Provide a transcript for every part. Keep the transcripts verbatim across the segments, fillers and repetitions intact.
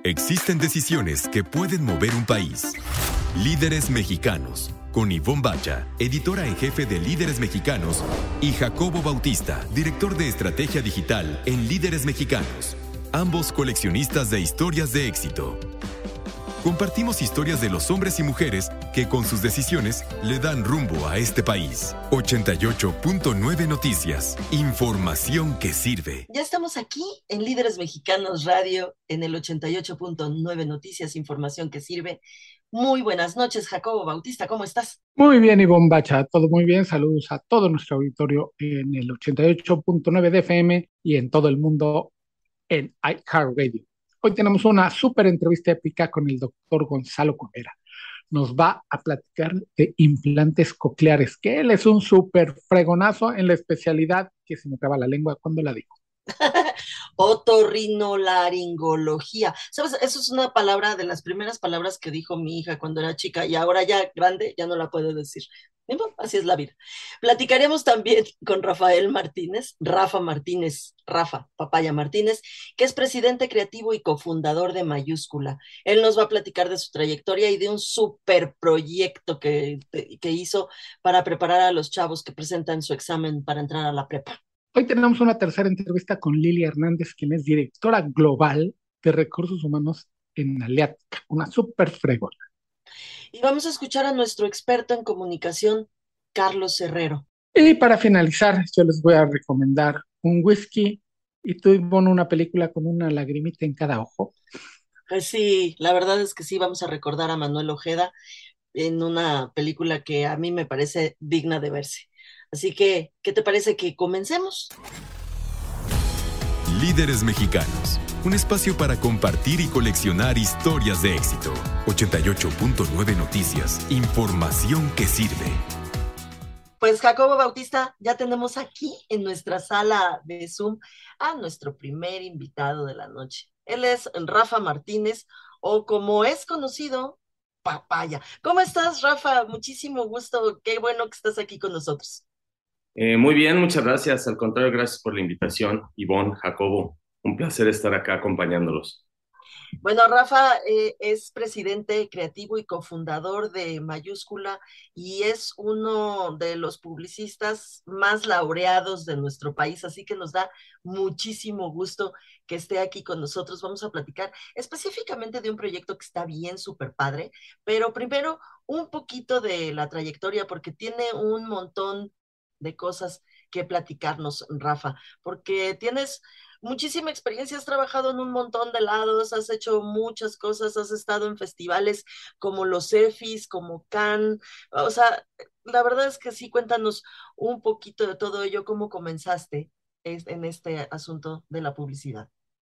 Existen decisiones que pueden mover un país. Líderes Mexicanos, con Ivonne Bacha, editora en jefe de Líderes Mexicanos, y Jacobo Bautista, director de estrategia digital en Líderes Mexicanos, ambos coleccionistas de historias de éxito. Compartimos historias de los hombres y mujeres que con sus decisiones le dan rumbo a este país. ochenta y ocho punto nueve Noticias. Información que sirve. Ya estamos aquí en Líderes Mexicanos Radio, en el ochenta y ocho punto nueve Noticias, información que sirve. Muy buenas noches, Jacobo Bautista, ¿cómo estás? Muy bien, Ivonne Bacha, todo muy bien. Saludos a todo nuestro auditorio en el ochenta y ocho punto nueve de F M y en todo el mundo en iHeartRadio. Hoy tenemos una súper entrevista épica con el doctor Gonzalo Covera. Nos va a platicar de implantes cocleares, que él es un súper fregonazo en la especialidad que se me traba la lengua cuando la digo. Otorrinolaringología. ¿Sabes? Eso es una palabra de las primeras palabras que dijo mi hija cuando era chica y ahora ya grande ya no la puede decir. Y bueno, así es la vida. Platicaremos también con Rafael Martínez, Rafa Martínez, Rafa Papaya Martínez, que es presidente creativo y cofundador de Mayúscula. Él nos va a platicar de su trayectoria y de un súper proyecto que, que hizo para preparar a los chavos que presentan su examen para entrar a la prepa. Hoy tenemos una tercera entrevista con Lilia Hernández, quien es directora global de recursos humanos en Aleatica, una súper fregona. Y vamos a escuchar a nuestro experto en comunicación, Carlos Herrero. Y para finalizar, yo les voy a recomendar un whisky y tú, Ivonne, una película con una lagrimita en cada ojo. Pues sí, la verdad es que sí, vamos a recordar a Manuel Ojeda en una película que a mí me parece digna de verse. Así que, ¿qué te parece que comencemos? Líderes Mexicanos, un espacio para compartir y coleccionar historias de éxito. ochenta y ocho punto nueve Noticias, información que sirve. Pues Jacobo Bautista, ya tenemos aquí en nuestra sala de Zoom a nuestro primer invitado de la noche. Él es Rafa Martínez, o como es conocido, Papaya. ¿Cómo estás, Rafa? Muchísimo gusto, qué bueno que estás aquí con nosotros. Eh, muy bien, muchas gracias. Al contrario, gracias por la invitación, Ivonne, Jacobo. Un placer estar acá acompañándolos. Bueno, Rafa eh, es presidente creativo y cofundador de Mayúscula y es uno de los publicistas más laureados de nuestro país, así que nos da muchísimo gusto que esté aquí con nosotros. Vamos a platicar específicamente de un proyecto que está bien, súper padre, pero primero un poquito de la trayectoria, porque tiene un montón de cosas que platicarnos, Rafa, porque tienes muchísima experiencia, has trabajado en un montón de lados, has hecho muchas cosas, has estado en festivales como los EFIS, como Cannes, o sea, la verdad es que sí, cuéntanos un poquito de todo ello, cómo comenzaste en este asunto de la publicidad.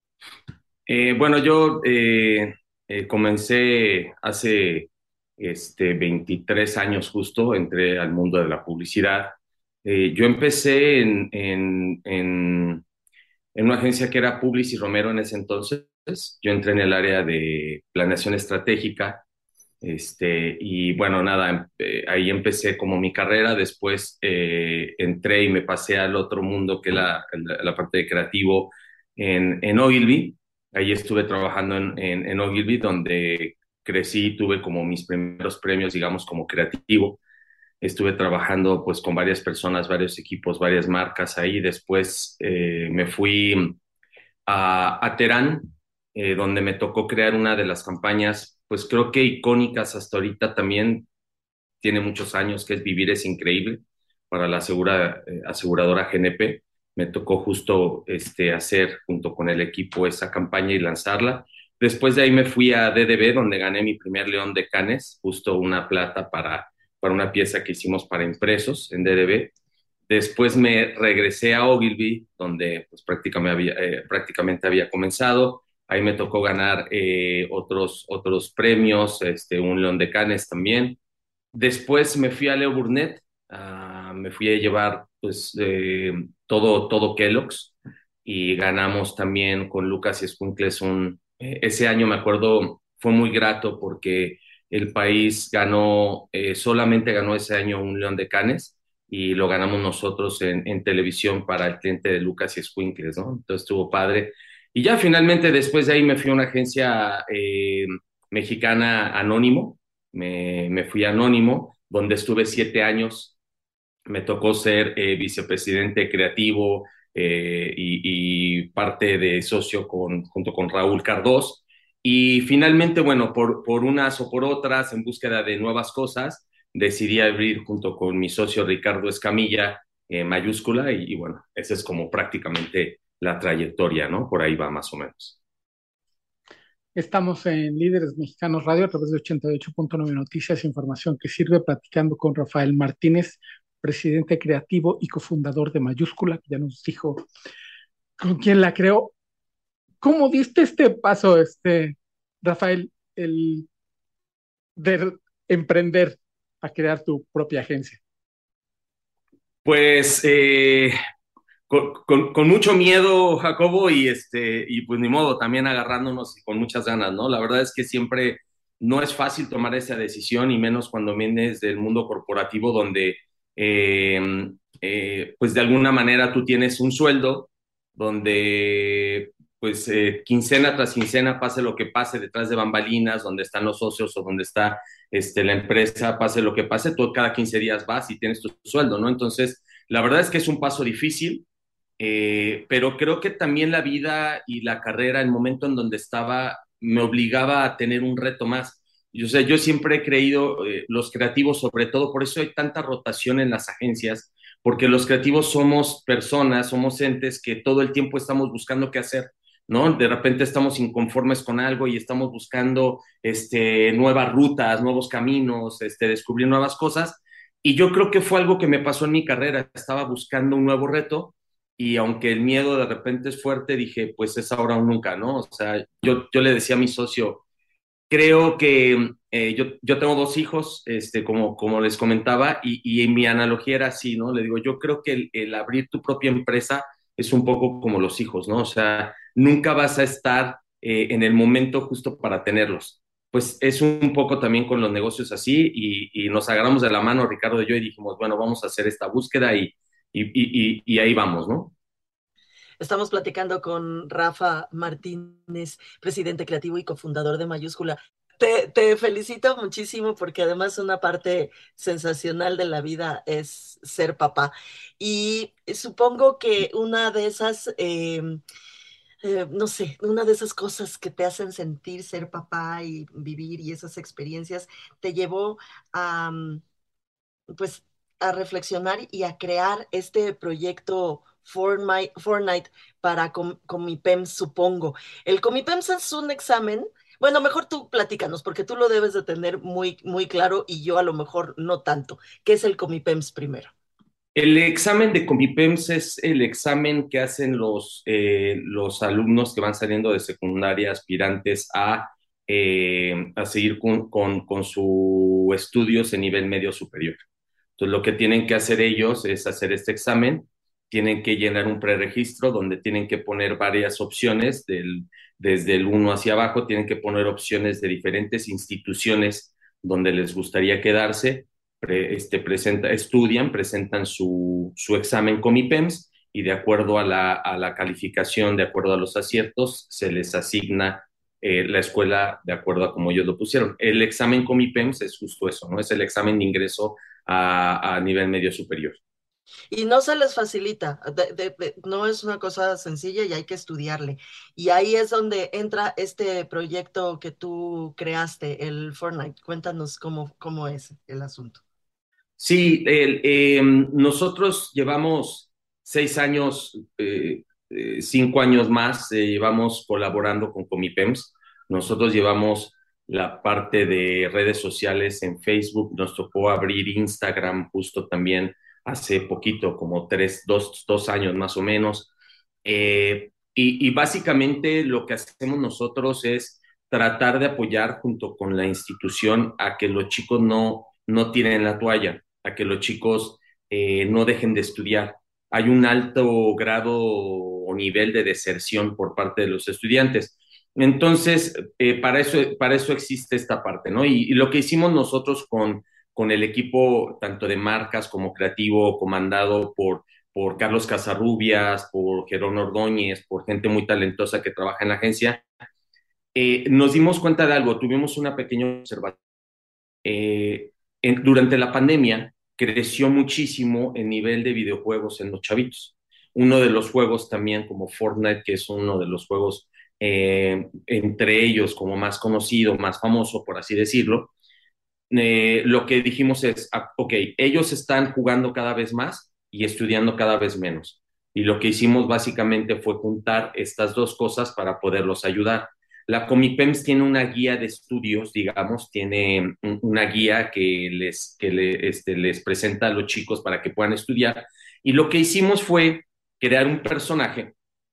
Eh, bueno, yo eh, eh, comencé hace este, veintitrés años justo, entré al mundo de la publicidad. Eh, yo empecé en, en, en, en una agencia que era Publicis y Romero en ese entonces. Yo entré en el área de planeación estratégica. Este, y bueno, nada, eh, ahí empecé como mi carrera. Después eh, entré y me pasé al otro mundo, que es la, la, la parte de creativo en, en Ogilvy. Ahí estuve trabajando en, en, en Ogilvy, donde crecí, tuve como mis primeros premios, digamos, como creativo. Estuve trabajando pues con varias personas, varios equipos, varias marcas ahí. Después eh, me fui a, a Terán, eh, donde me tocó crear una de las campañas, pues creo que icónicas hasta ahorita también, tiene muchos años, que es Vivir es Increíble, para la asegura, eh, aseguradora G N P. Me tocó justo este, hacer junto con el equipo esa campaña y lanzarla. Después de ahí me fui a D D B, donde gané mi primer León de Cannes, justo una plata para, para una pieza que hicimos para impresos en D D B. Después me regresé a Ogilvy, donde pues, prácticamente, había, eh, prácticamente había comenzado. Ahí me tocó ganar eh, otros, otros premios, este, un León de Cannes también. Después me fui a Leo Burnett, uh, me fui a llevar pues, eh, todo, todo Kellogg's, y ganamos también con Lucas y Squinkles un... Eh, ese año me acuerdo, fue muy grato porque el país ganó, eh, solamente ganó ese año un León de Cannes, y lo ganamos nosotros en, en televisión para el cliente de Lucas y Squinkles, ¿no? Entonces estuvo padre. Y ya finalmente después de ahí me fui a una agencia eh, mexicana Anónimo, me, me fui a Anónimo, donde estuve siete años, me tocó ser eh, vicepresidente creativo eh, y, y parte de socio con, junto con Raúl Cardós. Y finalmente, bueno, por, por unas o por otras, en búsqueda de nuevas cosas, decidí abrir junto con mi socio Ricardo Escamilla eh, Mayúscula y, y bueno, esa es como prácticamente la trayectoria, ¿no? Por ahí va más o menos. Estamos en Líderes Mexicanos Radio a través de ochenta y ocho punto nueve Noticias, información que sirve, platicando con Rafael Martínez, presidente creativo y cofundador de Mayúscula, que ya nos dijo con quién la creó. ¿Cómo diste este paso, este, Rafael, el de emprender a crear tu propia agencia? Pues eh, con, con, con, mucho miedo, Jacobo, y, este, y pues ni modo, también agarrándonos y con muchas ganas, ¿no? La verdad es que siempre no es fácil tomar esa decisión, y menos cuando vienes del mundo corporativo donde, eh, eh, pues de alguna manera tú tienes un sueldo, donde pues eh, quincena tras quincena, pase lo que pase detrás de bambalinas, donde están los socios o donde está este, la empresa, pase lo que pase, tú cada quince días vas y tienes tu sueldo, ¿no? Entonces, la verdad es que es un paso difícil, eh, pero creo que también la vida y la carrera, el momento en donde estaba, me obligaba a tener un reto más. Yo, o sea, yo siempre he creído, eh, los creativos, sobre todo, por eso hay tanta rotación en las agencias, porque los creativos somos personas, somos entes que todo el tiempo estamos buscando qué hacer, ¿no? De repente estamos inconformes con algo y estamos buscando este, nuevas rutas, nuevos caminos, este, descubrir nuevas cosas. Y yo creo que fue algo que me pasó en mi carrera. Estaba buscando un nuevo reto, y aunque el miedo de repente es fuerte, dije, pues es ahora o nunca, ¿no? O sea, yo, yo le decía a mi socio, creo que eh, yo, yo tengo dos hijos, este, como, como les comentaba, y, y mi analogía era así, ¿no? Le digo, yo creo que el, el abrir tu propia empresa es un poco como los hijos, ¿no? O sea, nunca vas a estar eh, en el momento justo para tenerlos. Pues es un poco también con los negocios así, y, y nos agarramos de la mano, Ricardo y yo, y dijimos, bueno, vamos a hacer esta búsqueda, y, y, y, y ahí vamos, ¿no? Estamos platicando con Rafa Martínez, presidente creativo y cofundador de Mayúscula. Te, te felicito muchísimo, porque además una parte sensacional de la vida es ser papá. Y supongo que una de esas, eh, eh, no sé, una de esas cosas que te hacen sentir ser papá y vivir y esas experiencias te llevó a, pues, a reflexionar y a crear este proyecto Fortnite, Fortnite para Com Comipems, supongo. El Comipems es un examen. Bueno, mejor tú platícanos, porque tú lo debes de tener muy, muy claro y yo a lo mejor no tanto. ¿Qué es el Comipems primero? El examen de Comipems es el examen que hacen los, eh, los alumnos que van saliendo de secundaria, aspirantes a, eh, a seguir con, con, con sus estudios en nivel medio superior. Entonces, lo que tienen que hacer ellos es hacer este examen, tienen que llenar un preregistro donde tienen que poner varias opciones, del, desde el uno hacia abajo, tienen que poner opciones de diferentes instituciones donde les gustaría quedarse. Pre, este, presenta, estudian, presentan su, su examen Comipems, y de acuerdo a la, a la calificación, de acuerdo a los aciertos, se les asigna eh, la escuela de acuerdo a como ellos lo pusieron. El examen Comipems es justo eso, ¿no? Es el examen de ingreso a, a nivel medio superior. Y no se les facilita, de, de, de, no es una cosa sencilla y hay que estudiarle. Y ahí es donde entra este proyecto que tú creaste, el Fortnite. Cuéntanos cómo, cómo es el asunto. Sí, el, eh, nosotros llevamos seis años, eh, eh, cinco años más, eh, llevamos colaborando con Comipems. Nosotros llevamos la parte de redes sociales en Facebook, nos tocó abrir Instagram justo también hace poquito, como tres, dos, dos años más o menos. Eh, y, y básicamente lo que hacemos nosotros es tratar de apoyar junto con la institución a que los chicos no, no tiren la toalla, a que los chicos eh, no dejen de estudiar. Hay un alto grado o nivel de deserción por parte de los estudiantes. Entonces, eh, para, eso, para eso existe esta parte, ¿no? Y, y lo que hicimos nosotros con, con el equipo, tanto de marcas como creativo, comandado por, por Carlos Casarrubias, por Gerón Ordóñez, por gente muy talentosa que trabaja en la agencia, eh, nos dimos cuenta de algo, tuvimos una pequeña observación. Eh, en, durante la pandemia creció muchísimo el nivel de videojuegos en los chavitos. Uno de los juegos también como Fortnite, que es uno de los juegos eh, entre ellos como más conocido, más famoso, por así decirlo, eh, lo que dijimos es, ah, ok, ellos están jugando cada vez más y estudiando cada vez menos. Y lo que hicimos básicamente fue juntar estas dos cosas para poderlos ayudar. La Comipems tiene una guía de estudios, digamos, tiene una guía que les, que le, este, les presenta a los chicos para que puedan estudiar. Y lo que hicimos fue crear un personaje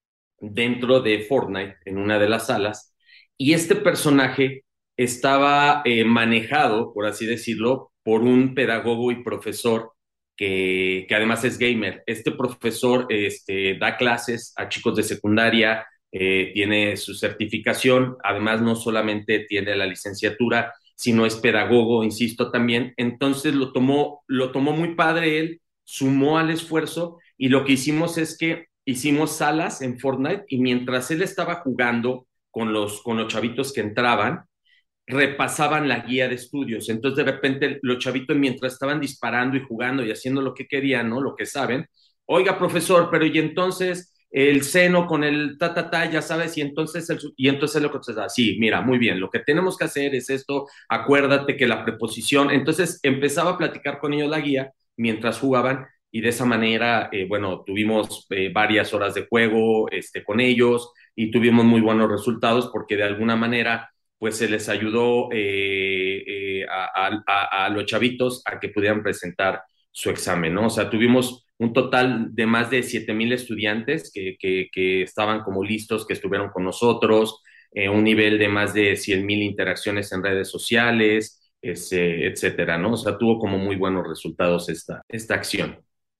dentro de Fortnite, en una de las salas, y este personaje estaba eh, manejado, por así decirlo, por un pedagogo y profesor que, que además es gamer. Este profesor este, da clases a chicos de secundaria, eh, tiene su certificación, además no solamente tiene la licenciatura, sino es pedagogo, insisto también. Entonces lo tomó, lo tomó muy padre él, sumó al esfuerzo y lo que hicimos es que hicimos salas en Fortnite y mientras él estaba jugando con los, con los chavitos que entraban, repasaban la guía de estudios. Entonces, de repente, los chavitos, mientras estaban disparando y jugando y haciendo lo que querían, ¿no? Lo que saben, oiga, profesor, pero y entonces el seno con el ta, ta, ta, ya sabes, y entonces, el, y entonces lo que se da, sí, mira, muy bien, lo que tenemos que hacer es esto, acuérdate que la preposición, entonces empezaba a platicar con ellos la guía mientras jugaban y de esa manera, eh, bueno, tuvimos eh, varias horas de juego este, con ellos y tuvimos muy buenos resultados porque de alguna manera pues se les ayudó eh, eh, a, a, a los chavitos a que pudieran presentar su examen, ¿no? O sea, tuvimos un total de más de siete mil estudiantes que, que, que estaban como listos, que estuvieron con nosotros, eh, un nivel de más de cien mil interacciones en redes sociales, ese, etcétera, ¿no? O sea, tuvo como muy buenos resultados esta, esta acción.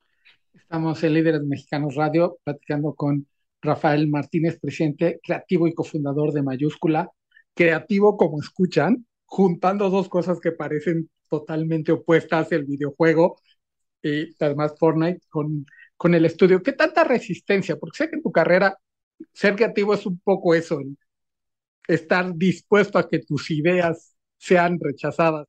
Estamos en Líderes Mexicanos Radio platicando con Rafael Martínez, presidente creativo y cofundador de Mayúscula. Creativo, como escuchan, juntando dos cosas que parecen totalmente opuestas, el videojuego y además Fortnite con, con el estudio. ¿Qué tanta resistencia? Porque sé que en tu carrera ser creativo es un poco eso, el estar dispuesto a que tus ideas sean rechazadas.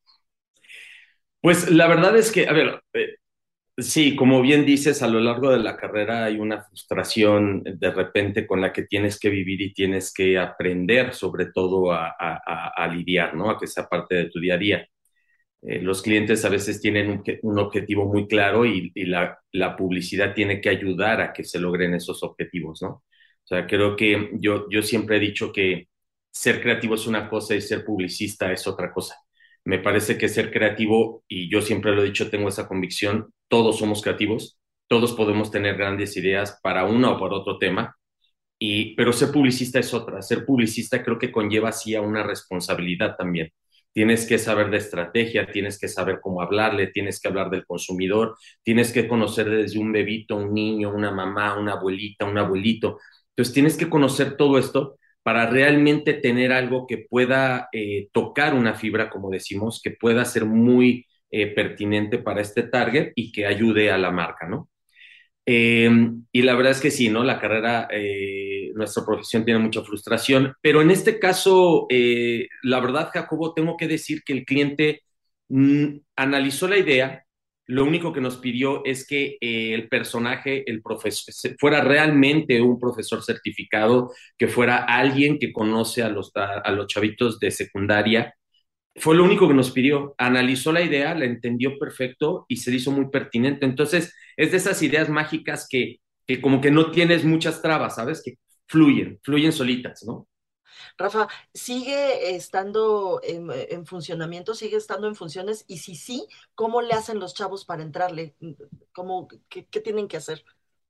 Pues la verdad es que, a ver, eh, sí, como bien dices, a lo largo de la carrera hay una frustración de repente con la que tienes que vivir y tienes que aprender sobre todo a, a, a, a lidiar, ¿no? A que sea parte de tu día a día. Eh, los clientes a veces tienen un, un objetivo muy claro y, y la, la publicidad tiene que ayudar a que se logren esos objetivos, ¿no? O sea, creo que yo, yo siempre he dicho que ser creativo es una cosa y ser publicista es otra cosa. Me parece que ser creativo, y yo siempre lo he dicho, tengo esa convicción, todos somos creativos, todos podemos tener grandes ideas para uno o para otro tema, y, pero ser publicista es otra. Ser publicista creo que conlleva así a una responsabilidad también. Tienes que saber de estrategia, tienes que saber cómo hablarle, tienes que hablar del consumidor, tienes que conocer desde un bebito, un niño, una mamá, una abuelita, un abuelito. Entonces tienes que conocer todo esto para realmente tener algo que pueda eh, tocar una fibra, como decimos, que pueda ser muy eh, pertinente para este target y que ayude a la marca, ¿no? Eh, y la verdad es que sí, ¿no? La carrera, eh, nuestra profesión tiene mucha frustración, pero en este caso, eh, la verdad, Jacobo, tengo que decir que el cliente mm, analizó la idea, lo único que nos pidió es que eh, el personaje, el profesor, fuera realmente un profesor certificado, que fuera alguien que conoce a los, a, a los chavitos de secundaria. Fue lo único que nos pidió. Analizó la idea, la entendió perfecto y se le hizo muy pertinente. Entonces, es de esas ideas mágicas que, que como que no tienes muchas trabas, ¿sabes? Que fluyen, fluyen solitas, ¿no? Rafa, ¿sigue estando en, en funcionamiento, sigue estando en funciones? Y si sí, ¿cómo le hacen los chavos para entrarle? ¿Cómo, qué, qué tienen que hacer?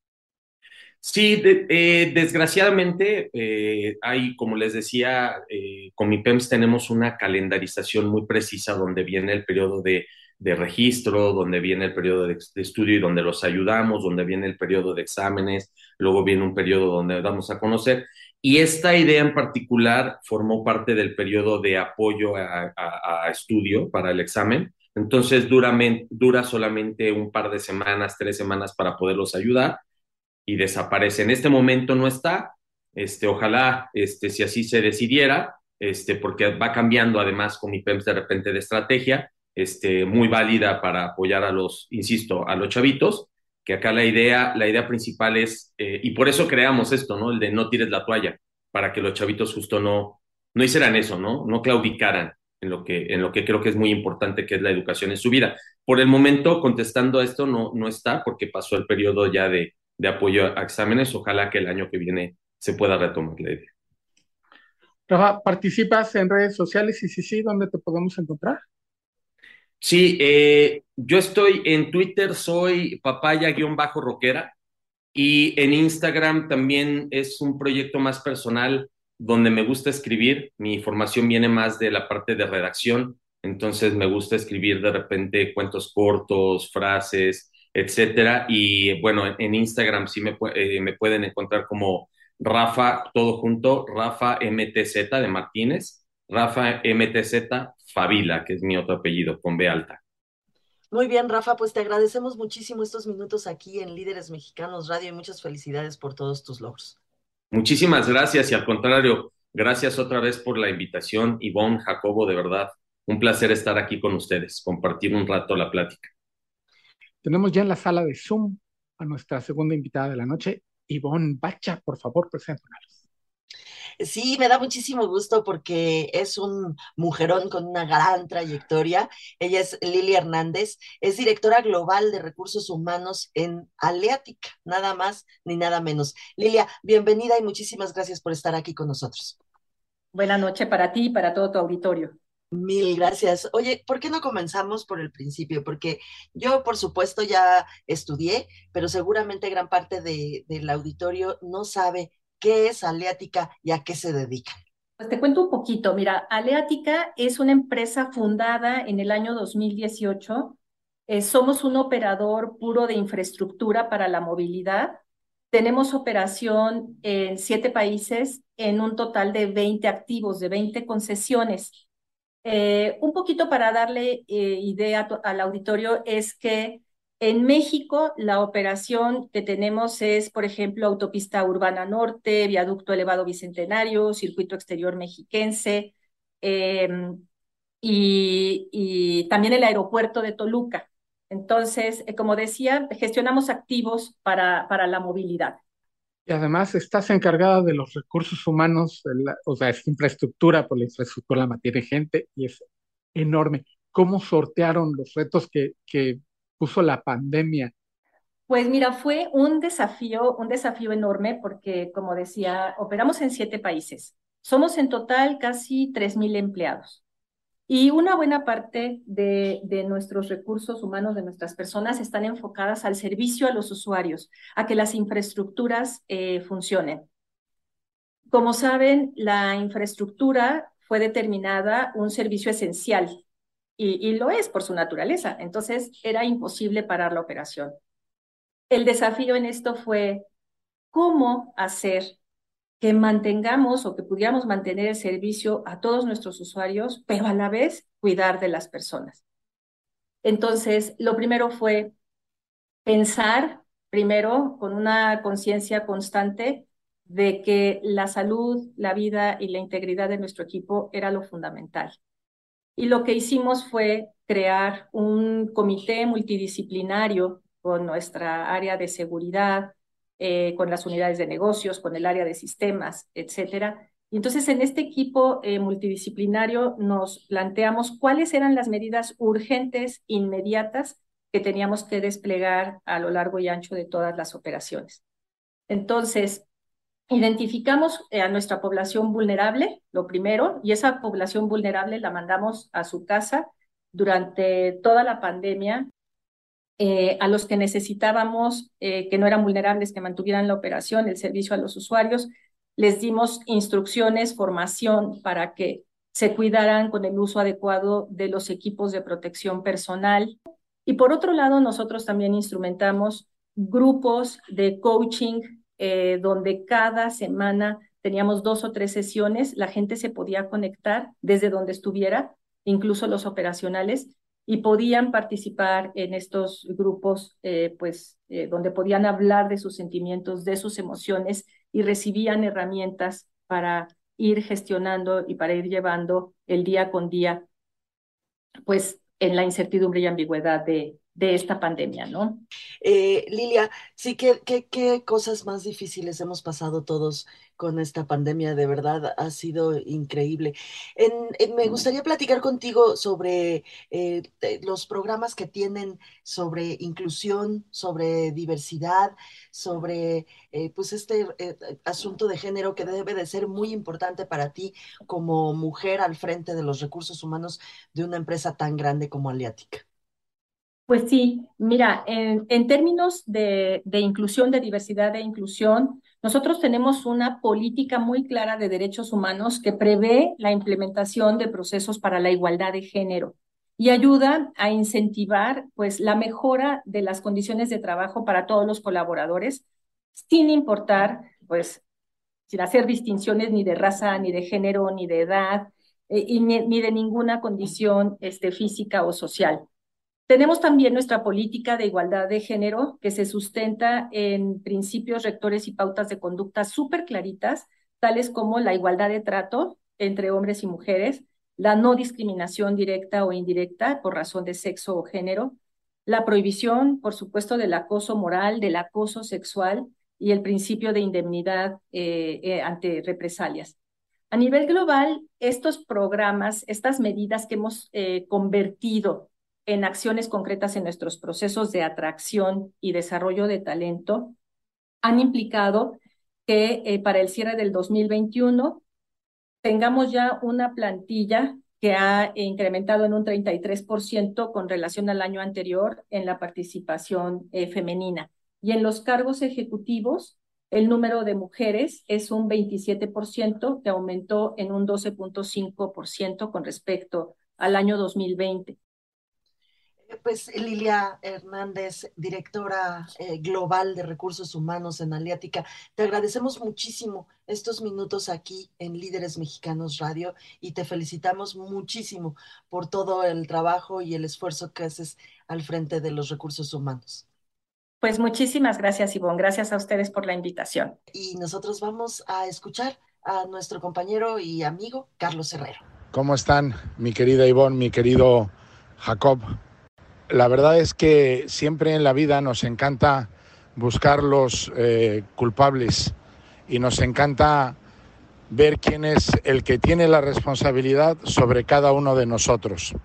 Sí, de, eh, desgraciadamente eh, hay, como les decía, eh, con mi P E M S tenemos una calendarización muy precisa donde viene el periodo de, de registro, donde viene el periodo de, de estudio y donde los ayudamos, donde viene el periodo de exámenes, luego viene un periodo donde damos a conocer. Y esta idea en particular formó parte del periodo de apoyo a, a, a estudio para el examen, Entonces dura, dura solamente un par de semanas, tres semanas para poderlos ayudar y desaparece. En este momento no está, este, ojalá este, si así se decidiera, este, porque va cambiando además con I P E M S de repente de estrategia, este, muy válida para apoyar a los, insisto, a los chavitos, que acá la idea, la idea principal es, eh, y por eso creamos esto, ¿no? El de no tires la toalla, para que los chavitos justo no, no hicieran eso, ¿no? No claudicaran en lo que, en lo que creo que es muy importante, que es la educación en su vida. Por el momento, contestando a esto, no, no está, porque pasó el periodo ya de, de apoyo a exámenes. Ojalá que el año que viene se pueda retomar la idea. Rafa, ¿participas en redes sociales? Y si sí, ¿dónde te podemos encontrar? Sí, eh, yo estoy en Twitter, soy papaya-roquera, y en Instagram también es un proyecto más personal donde me gusta escribir. Mi formación viene más de la parte de redacción, entonces me gusta escribir de repente cuentos cortos, frases, etcétera. Y bueno, en Instagram sí me, eh, me pueden encontrar como Rafa, todo junto, Rafa M T Z de Martínez, Rafa M T Z Favila, que es mi otro apellido, con B alta. Muy bien, Rafa, pues te agradecemos muchísimo estos minutos aquí en Líderes Mexicanos Radio y muchas felicidades por todos tus logros. Muchísimas gracias y al contrario, gracias otra vez por la invitación, Ivonne, Jacobo, de verdad, un placer estar aquí con ustedes, compartir un rato la plática. Tenemos ya en la sala de Zoom a nuestra segunda invitada de la noche, Ivonne Bacha, por favor, preséntanos. Sí, me da muchísimo gusto porque es un mujerón con una gran trayectoria. Ella es Lili Hernández, es directora global de recursos humanos en Aleatica, nada más ni nada menos. Lilia, bienvenida y muchísimas gracias por estar aquí con nosotros. Buenas noches para ti y para todo tu auditorio. Mil gracias. Oye, ¿por qué no comenzamos por el principio? Porque yo, por supuesto, ya estudié, pero seguramente gran parte de, del auditorio no sabe qué es Aleatica y a qué se dedica. Pues te cuento un poquito. Mira, Aleatica es una empresa fundada en el año dos mil dieciocho. Eh, somos un operador puro de infraestructura para la movilidad. Tenemos operación en siete países en un total de veinte activos, de veinte concesiones. Eh, un poquito para darle eh, idea al auditorio es que en México la operación que tenemos es, por ejemplo, Autopista Urbana Norte, Viaducto Elevado Bicentenario, Circuito Exterior Mexiquense eh, y, y también el aeropuerto de Toluca. Entonces, eh, como decía, gestionamos activos para, para la movilidad. Y además estás encargada de los recursos humanos, la, o sea, es infraestructura, por la infraestructura la mantiene gente y es enorme. ¿Cómo sortearon los retos que, que puso la pandemia? Pues mira, fue un desafío, un desafío enorme porque, como decía, operamos en siete países. Somos en total casi tres mil empleados. Y una buena parte de, de nuestros recursos humanos, de nuestras personas, están enfocadas al servicio a los usuarios, a que las infraestructuras eh, funcionen. Como saben, la infraestructura fue determinada un servicio esencial y, y lo es por su naturaleza. Entonces, era imposible parar la operación. El desafío en esto fue cómo hacer que mantengamos o que pudiéramos mantener el servicio a todos nuestros usuarios, pero a la vez cuidar de las personas. Entonces, lo primero fue pensar, primero, con una conciencia constante de que la salud, la vida y la integridad de nuestro equipo era lo fundamental. Y lo que hicimos fue crear un comité multidisciplinario con nuestra área de seguridad, eh, con las unidades de negocios, con el área de sistemas, etcétera. Y entonces en este equipo eh, multidisciplinario nos planteamos cuáles eran las medidas urgentes, inmediatas, que teníamos que desplegar a lo largo y ancho de todas las operaciones. Entonces, identificamos a nuestra población vulnerable, lo primero, y esa población vulnerable la mandamos a su casa durante toda la pandemia. Eh, a los que necesitábamos, eh, que no eran vulnerables, que mantuvieran la operación, el servicio a los usuarios, les dimos instrucciones, formación para que se cuidaran con el uso adecuado de los equipos de protección personal. Y por otro lado, nosotros también instrumentamos grupos de coaching, eh, donde cada semana teníamos dos o tres sesiones, la gente se podía conectar desde donde estuviera, incluso los operacionales, y podían participar en estos grupos, eh, pues, eh, donde podían hablar de sus sentimientos, de sus emociones, y recibían herramientas para ir gestionando y para ir llevando el día con día, pues, en la incertidumbre y ambigüedad de, de esta pandemia, ¿no? Eh, Lilia, sí, ¿qué, qué, qué cosas más difíciles hemos pasado todos con esta pandemia? De verdad, ha sido increíble. En, en- me gustaría platicar contigo sobre eh, de- los programas que tienen sobre inclusión, sobre diversidad, sobre eh, pues este eh, asunto de género que debe de ser muy importante para ti como mujer al frente de los recursos humanos de una empresa tan grande como Aliatica. Pues sí, mira, en, en términos de, de inclusión, de diversidad e inclusión, nosotros tenemos una política muy clara de derechos humanos que prevé la implementación de procesos para la igualdad de género y ayuda a incentivar, pues, la mejora de las condiciones de trabajo para todos los colaboradores, sin importar, pues, sin hacer distinciones ni de raza, ni de género, ni de edad, eh, y ni, ni de ninguna condición este, física o social. Tenemos también nuestra política de igualdad de género que se sustenta en principios rectores y pautas de conducta súper claritas, tales como la igualdad de trato entre hombres y mujeres, la no discriminación directa o indirecta por razón de sexo o género, la prohibición, por supuesto, del acoso moral, del acoso sexual y el principio de indemnidad eh, eh, ante represalias. A nivel global, estos programas, estas medidas que hemos eh, convertido en acciones concretas en nuestros procesos de atracción y desarrollo de talento, han implicado que eh, para el cierre del dos mil veintiuno tengamos ya una plantilla que ha incrementado en un treinta y tres por ciento con relación al año anterior en la participación eh, femenina. Y en los cargos ejecutivos, el número de mujeres es un veintisiete por ciento, que aumentó en un doce punto cinco por ciento con respecto al año dos mil veinte. Pues Lilia Hernández, directora eh, global de recursos humanos en Aliatica, te agradecemos muchísimo estos minutos aquí en Líderes Mexicanos Radio y te felicitamos muchísimo por todo el trabajo y el esfuerzo que haces al frente de los recursos humanos. Pues muchísimas gracias, Ivonne. Gracias a ustedes por la invitación. Y nosotros vamos a escuchar a nuestro compañero y amigo Carlos Herrero. ¿Cómo están, mi querida Ivonne, mi querido Jacob? La verdad es que siempre en la vida nos encanta buscar los eh, culpables y nos encanta ver quién es el que tiene la responsabilidad sobre cada uno de nosotros.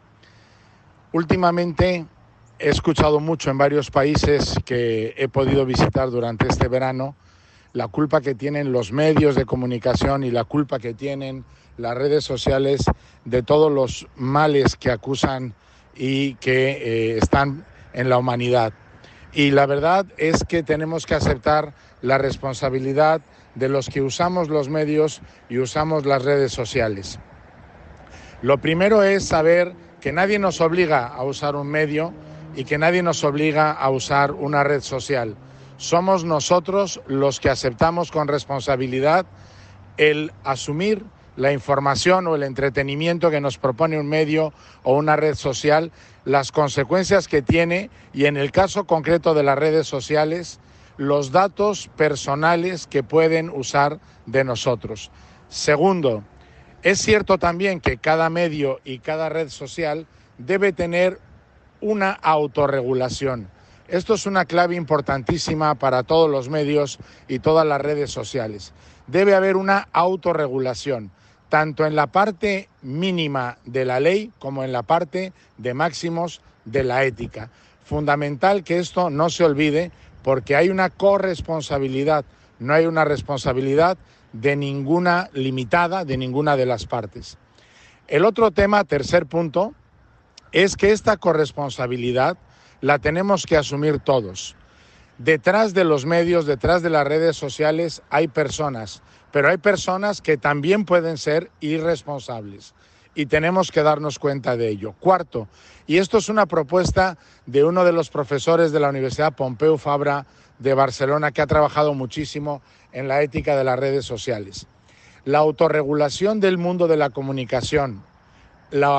Últimamente he escuchado mucho en varios países que he podido visitar durante este verano la culpa que tienen los medios de comunicación y la culpa que tienen las redes sociales de todos los males que acusan y que eh, están en la humanidad. Y la verdad es que tenemos que aceptar la responsabilidad de los que usamos los medios y usamos las redes sociales. Lo primero es saber que nadie nos obliga a usar un medio y que nadie nos obliga a usar una red social. Somos nosotros los que aceptamos con responsabilidad el asumir la información o el entretenimiento que nos propone un medio o una red social, las consecuencias que tiene y, en el caso concreto de las redes sociales, los datos personales que pueden usar de nosotros. Segundo, es cierto también que cada medio y cada red social debe tener una autorregulación. Esto es una clave importantísima para todos los medios y todas las redes sociales. Debe haber una autorregulación, tanto en la parte mínima de la ley como en la parte de máximos de la ética. Fundamental que esto no se olvide, porque hay una corresponsabilidad, no hay una responsabilidad de ninguna limitada, de ninguna de las partes. El otro tema, tercer punto, es que esta corresponsabilidad la tenemos que asumir todos. Detrás de los medios, detrás de las redes sociales hay personas, pero hay personas que también pueden ser irresponsables y tenemos que darnos cuenta de ello. Cuarto, y esto es una propuesta de uno de los profesores de la Universidad Pompeu Fabra de Barcelona, que ha trabajado muchísimo en la ética de las redes sociales. La autorregulación del mundo de la comunicación, la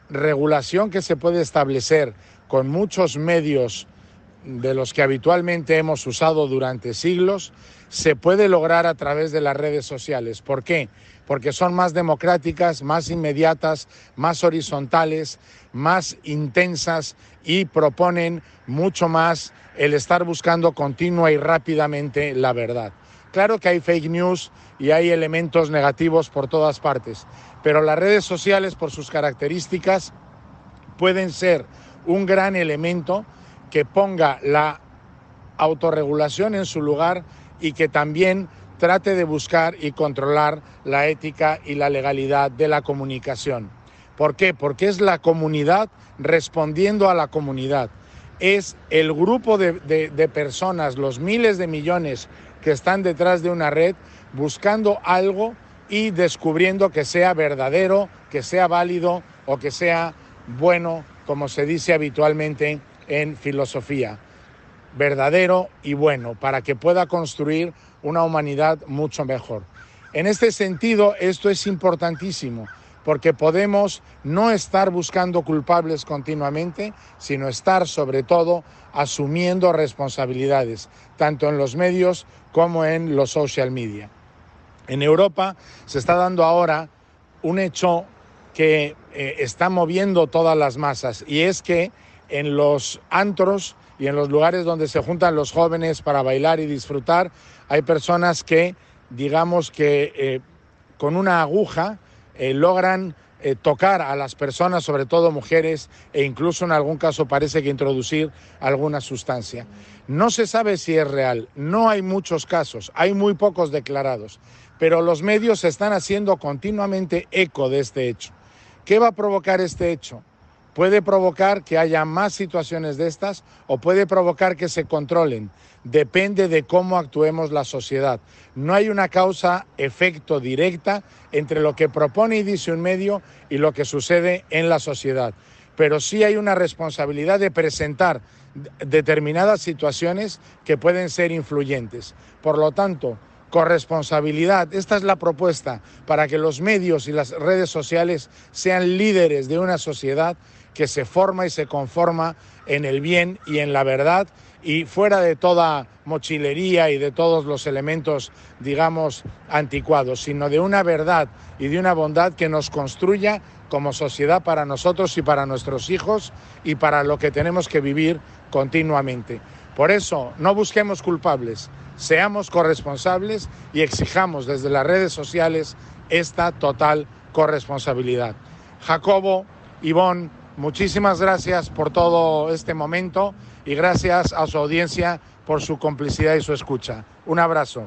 regulación que se puede establecer con muchos medios de los que habitualmente hemos usado durante siglos, se puede lograr a través de las redes sociales. ¿Por qué? Porque son más democráticas, más inmediatas, más horizontales, más intensas y proponen mucho más el estar buscando continua y rápidamente la verdad. Claro que hay fake news y hay elementos negativos por todas partes, pero las redes sociales, por sus características, pueden ser un gran elemento que ponga la autorregulación en su lugar y que también trate de buscar y controlar la ética y la legalidad de la comunicación. ¿Por qué? Porque es la comunidad respondiendo a la comunidad. Es el grupo de, de, de personas, los miles de millones que están detrás de una red, buscando algo y descubriendo que sea verdadero, que sea válido o que sea bueno, como se dice habitualmente en filosofía. Verdadero y bueno, para que pueda construir una humanidad mucho mejor. En este sentido, esto es importantísimo, porque podemos no estar buscando culpables continuamente, sino estar sobre todo asumiendo responsabilidades, tanto en los medios como en los social media. En Europa se está dando ahora un hecho que eh, está moviendo todas las masas, y es que en los antros y en los lugares donde se juntan los jóvenes para bailar y disfrutar, hay personas que, digamos que eh, con una aguja eh, logran eh, tocar a las personas, sobre todo mujeres, e incluso en algún caso parece que introducir alguna sustancia. No se sabe si es real, no hay muchos casos, hay muy pocos declarados, pero los medios se están haciendo continuamente eco de este hecho. ¿Qué va a provocar este hecho? Puede provocar que haya más situaciones de estas o puede provocar que se controlen. Depende de cómo actuemos la sociedad. No hay una causa-efecto directa entre lo que propone y dice un medio y lo que sucede en la sociedad. Pero sí hay una responsabilidad de presentar determinadas situaciones que pueden ser influyentes. Por lo tanto, corresponsabilidad. Esta es la propuesta para que los medios y las redes sociales sean líderes de una sociedad que se forma y se conforma en el bien y en la verdad, y fuera de toda mochilería y de todos los elementos, digamos, anticuados, sino de una verdad y de una bondad que nos construya como sociedad para nosotros y para nuestros hijos y para lo que tenemos que vivir continuamente. Por eso, no busquemos culpables, seamos corresponsables y exijamos desde las redes sociales esta total corresponsabilidad. Jacobo, Ivonne, muchísimas gracias por todo este momento y gracias a su audiencia por su complicidad y su escucha. Un abrazo.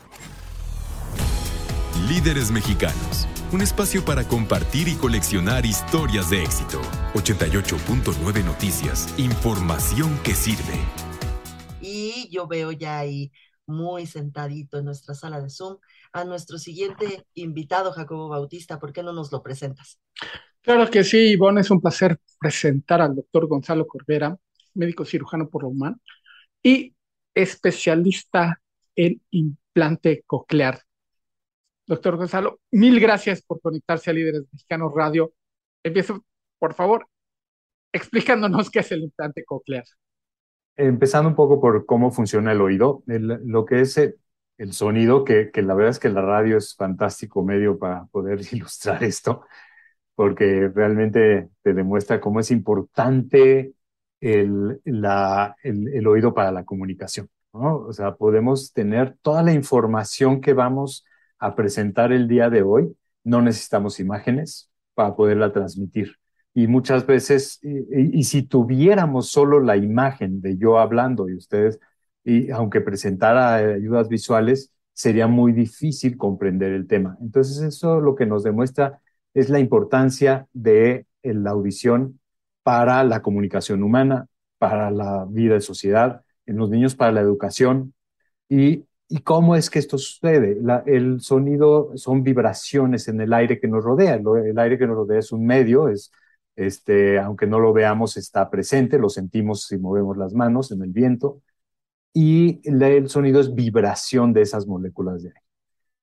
Líderes Mexicanos, un espacio para compartir y coleccionar historias de éxito. ochenta y ocho punto nueve Noticias, información que sirve. Y yo veo ya ahí muy sentadito en nuestra sala de Zoom a nuestro siguiente invitado, Jacobo Bautista. ¿Por qué no nos lo presentas? Claro que sí, Ivonne, es un placer presentar al doctor Gonzalo Corbera, médico cirujano por la UMAN y especialista en implante coclear. Doctor Gonzalo, mil gracias por conectarse a Líderes Mexicanos Radio. Empiezo, por favor, explicándonos qué es el implante coclear. Empezando un poco por cómo funciona el oído, el, lo que es el, el sonido, que, que la verdad es que la radio es fantástico medio para poder ilustrar esto, porque realmente te demuestra cómo es importante el, la, el, el oído para la comunicación, ¿no? O sea, podemos tener toda la información que vamos a presentar el día de hoy, no necesitamos imágenes para poderla transmitir. Y muchas veces, y, y si tuviéramos solo la imagen de yo hablando y ustedes, y aunque presentara ayudas visuales, sería muy difícil comprender el tema. Entonces eso lo que nos demuestra es la importancia de la audición para la comunicación humana, para la vida de sociedad, en los niños para la educación. Y, y cómo es que esto sucede. La, el sonido son vibraciones en el aire que nos rodea. El, el aire que nos rodea es un medio, es Este, aunque no lo veamos, está presente, lo sentimos si movemos las manos en el viento, y el, el sonido es vibración de esas moléculas de aire.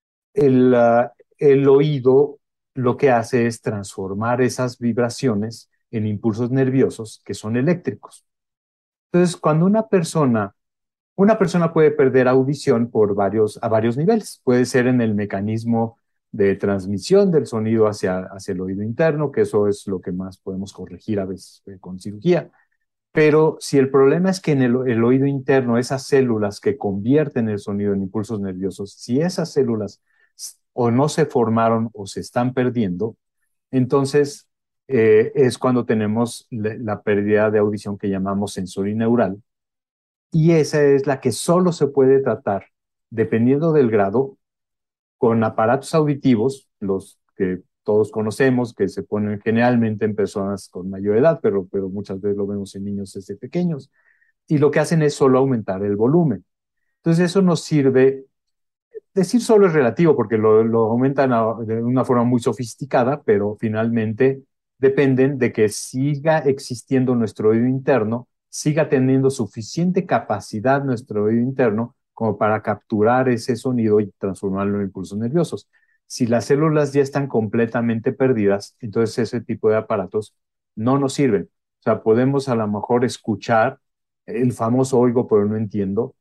El, uh, el oído lo que hace es transformar esas vibraciones en impulsos nerviosos que son eléctricos. Entonces, cuando una persona, una persona puede perder audición por varios, a varios niveles. Puede ser en el mecanismo de transmisión del sonido hacia, hacia el oído interno, que eso es lo que más podemos corregir a veces eh, con cirugía. Pero si el problema es que en el, el oído interno, esas células que convierten el sonido en impulsos nerviosos, si esas células o no se formaron o se están perdiendo, entonces eh, es cuando tenemos la, la pérdida de audición que llamamos sensorineural, y esa es la que solo se puede tratar, dependiendo del grado, con aparatos auditivos, los que todos conocemos, que se ponen generalmente en personas con mayor edad, pero, pero muchas veces lo vemos en niños desde pequeños, y lo que hacen es solo aumentar el volumen. Entonces eso nos sirve, decir solo es relativo porque lo, lo aumentan a, de una forma muy sofisticada, pero finalmente dependen de que siga existiendo nuestro oído interno, siga teniendo suficiente capacidad nuestro oído interno como para capturar ese sonido y transformarlo en impulsos nerviosos. Si las células ya están completamente perdidas, entonces ese tipo de aparatos no nos sirven. O sea, podemos a lo mejor escuchar el famoso oigo pero no entiendo,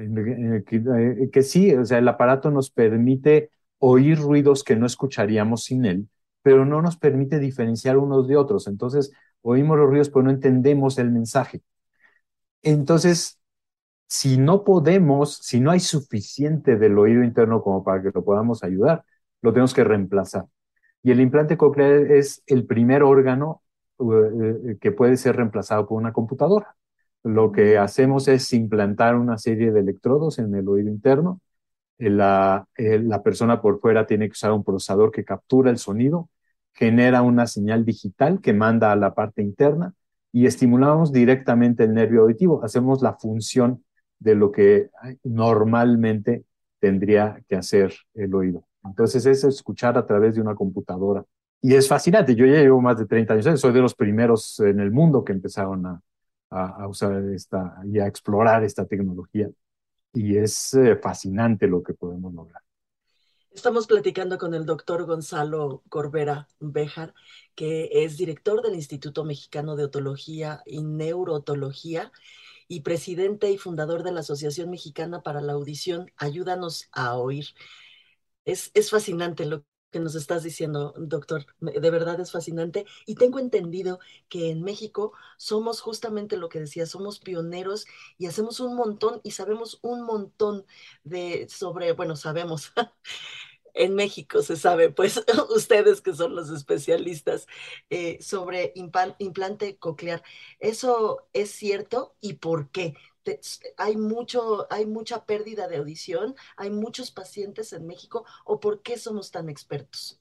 que, que sí, o sea, el aparato nos permite oír ruidos que no escucharíamos sin él, pero no nos permite diferenciar unos de otros. Entonces, oímos los ruidos pero no entendemos el mensaje. Entonces, si no podemos, si no hay suficiente del oído interno como para que lo podamos ayudar, lo tenemos que reemplazar. Y el implante coclear es el primer órgano uh, que puede ser reemplazado por una computadora. Lo que hacemos es implantar una serie de electrodos en el oído interno. La, la persona por fuera tiene que usar un procesador que captura el sonido, genera una señal digital que manda a la parte interna y estimulamos directamente el nervio auditivo. Hacemos la función de lo que normalmente tendría que hacer el oído. Entonces es escuchar a través de una computadora. Y es fascinante. Yo ya llevo más de treinta años. Soy de los primeros en el mundo que empezaron a, a, a usar esta y a explorar esta tecnología. Y es eh, fascinante lo que podemos lograr. Estamos platicando con el doctor Gonzalo Corbera Béjar, que es director del Instituto Mexicano de Otología y Neurootología y presidente y fundador de la Asociación Mexicana para la Audición. Ayúdanos a oír. Es, es fascinante lo que nos estás diciendo, doctor. De verdad es fascinante. Y tengo entendido que en México somos justamente lo que decía, somos pioneros y hacemos un montón y sabemos un montón de sobre, bueno, sabemos. En México se sabe, pues ustedes que son los especialistas eh, sobre implante coclear. ¿Eso es cierto y por qué? Te, hay, mucho, hay mucha pérdida de audición, hay muchos pacientes en México, ¿o por qué somos tan expertos?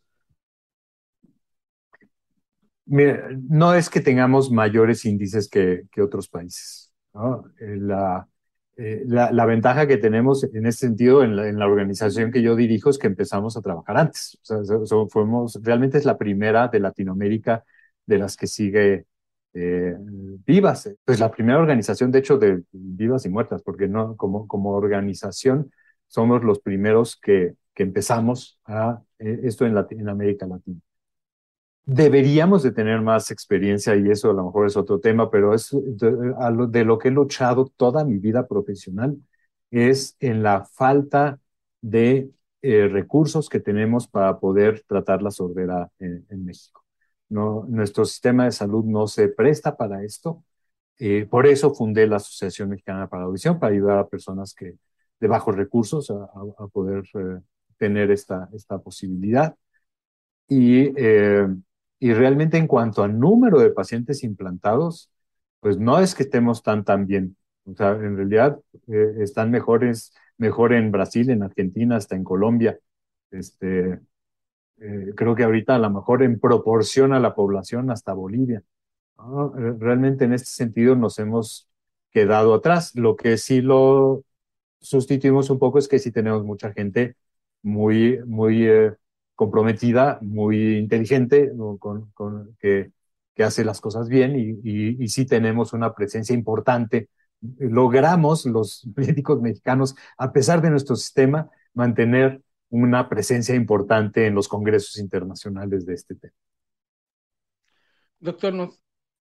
Mira, no es que tengamos mayores índices que, que otros países, ¿no? La, eh, la, la ventaja que tenemos en ese sentido en la, en la organización que yo dirijo es que empezamos a trabajar antes. O sea, so, so, fuimos, realmente es la primera de Latinoamérica de las que sigue eh, vivas. Pues la primera organización, de hecho, de vivas y muertas, porque no, como, como organización somos los primeros que, que empezamos a eh, esto en, Lat- en América Latina. Deberíamos de tener más experiencia y eso a lo mejor es otro tema, pero es de, a lo, de lo que he luchado toda mi vida profesional es en la falta de eh, recursos que tenemos para poder tratar la sordera en, en México. No, nuestro sistema de salud no se presta para esto. Eh, por eso fundé la Asociación Mexicana para la Audición, para ayudar a personas que, de bajos recursos a, a, a poder eh, tener esta, esta posibilidad. Y eh, Y realmente en cuanto al número de pacientes implantados, pues no es que estemos tan, tan bien. O sea, en realidad eh, están mejores, mejor en Brasil, en Argentina, hasta en Colombia. Este, eh, creo que ahorita a lo mejor en proporción a la población hasta Bolivia, ¿no? Eh, Realmente en este sentido nos hemos quedado atrás. Lo que sí lo sustituimos un poco es que sí tenemos mucha gente muy, muy... Eh, comprometida, muy inteligente, ¿no? con, con, que, que hace las cosas bien y, y, y sí tenemos una presencia importante. Logramos los médicos mexicanos, a pesar de nuestro sistema, mantener una presencia importante en los congresos internacionales de este tema. Doctor, nos,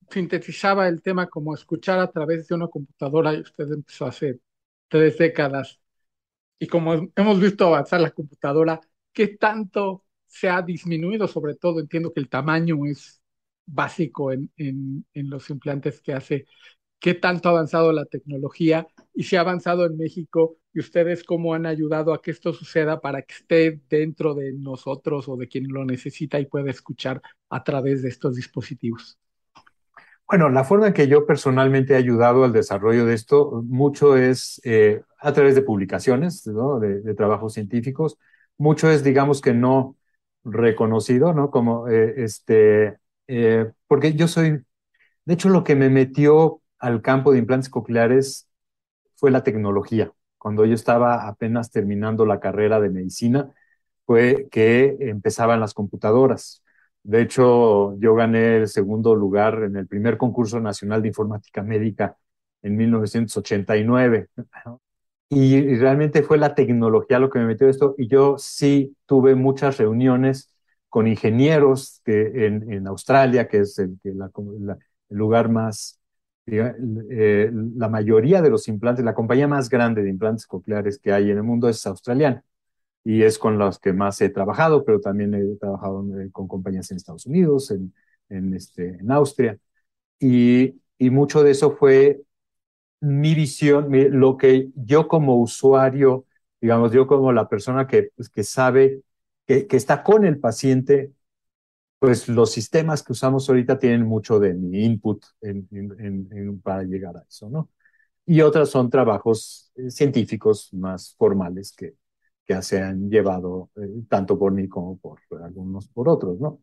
sintetizaba el tema como escuchar a través de una computadora y usted empezó hace tres décadas y como hemos visto avanzar la computadora, ¿qué tanto se ha disminuido? Sobre todo entiendo que el tamaño es básico en, en, en los implantes que hace. ¿Qué tanto ha avanzado la tecnología y si ha avanzado en México y ustedes cómo han ayudado a que esto suceda para que esté dentro de nosotros o de quien lo necesita y pueda escuchar a través de estos dispositivos? Bueno, la forma en que yo personalmente he ayudado al desarrollo de esto mucho es eh, a través de publicaciones, ¿no? de, de trabajos científicos. Mucho es, digamos que no reconocido, ¿no? Como eh, este, eh, porque yo soy, de hecho, lo que me metió al campo de implantes cocleares fue la tecnología. Cuando yo estaba apenas terminando la carrera de medicina, fue que empezaban las computadoras. De hecho, yo gané el segundo lugar en el primer concurso nacional de informática médica en mil novecientos ochenta y nueve. Y, y realmente fue la tecnología lo que me metió esto. Y yo sí tuve muchas reuniones con ingenieros que en, en Australia, que es el, que la, la, el lugar más, eh, la mayoría de los implantes, la compañía más grande de implantes cocleares que hay en el mundo es australiana y es con los que más he trabajado, pero también he trabajado eh, con compañías en Estados Unidos, en, en, este, en Austria, y, y mucho de eso fue mi visión, mi, lo que yo como usuario, digamos, yo como la persona que, pues, que sabe, que, que está con el paciente, pues los sistemas que usamos ahorita tienen mucho de mi input en, en, en, para llegar a eso, ¿no? Y otras son trabajos eh, científicos más formales que, que se han llevado eh, tanto por mí como por algunos por otros, ¿no?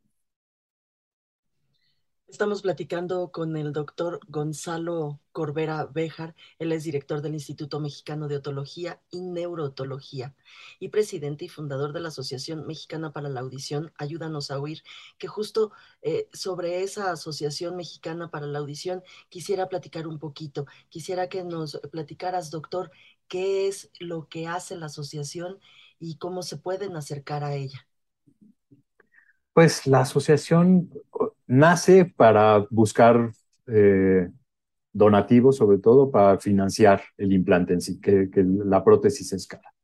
Estamos platicando con el doctor Gonzalo Corbera Béjar. Él es director del Instituto Mexicano de Otología y Neurootología y presidente y fundador de la Asociación Mexicana para la Audición Ayúdanos a Oír, que justo eh, sobre esa Asociación Mexicana para la Audición quisiera platicar un poquito. Quisiera que nos platicaras, doctor, qué es lo que hace la asociación y cómo se pueden acercar a ella. Pues la asociación nace para buscar eh, donativos, sobre todo para financiar el implante en sí, que, que la prótesis es cara.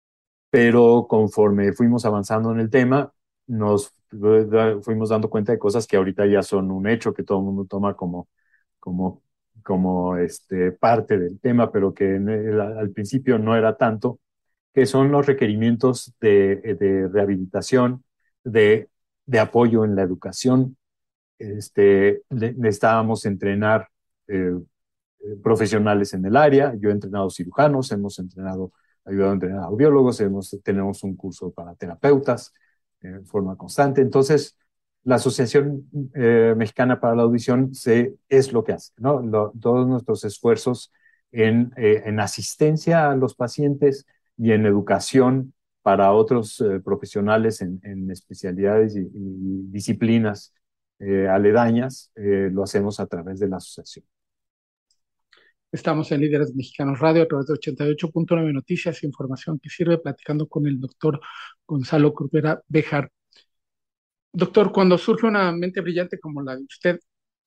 Pero conforme fuimos avanzando en el tema, nos fuimos dando cuenta de cosas que ahorita ya son un hecho, que todo el mundo toma como, como, como este, parte del tema, pero que en el, al principio no era tanto, que son los requerimientos de, de rehabilitación, de, de apoyo en la educación. Este, necesitábamos entrenar eh, profesionales en el área. Yo he entrenado cirujanos, hemos entrenado, ayudado a entrenar a audiólogos, hemos, tenemos un curso para terapeutas eh, en forma constante. Entonces, la Asociación eh, Mexicana para la Audición se, es lo que hace, ¿no? Lo, todos nuestros esfuerzos en, eh, en asistencia a los pacientes y en educación para otros eh, profesionales en, en especialidades y, y disciplinas eh, aledañas, eh, lo hacemos a través de la asociación. Estamos en Líderes Mexicanos Radio a través de ochenta y ocho punto nueve Noticias, información que sirve, platicando con el doctor Gonzalo Corbera Béjar. Doctor, cuando surge una mente brillante como la de usted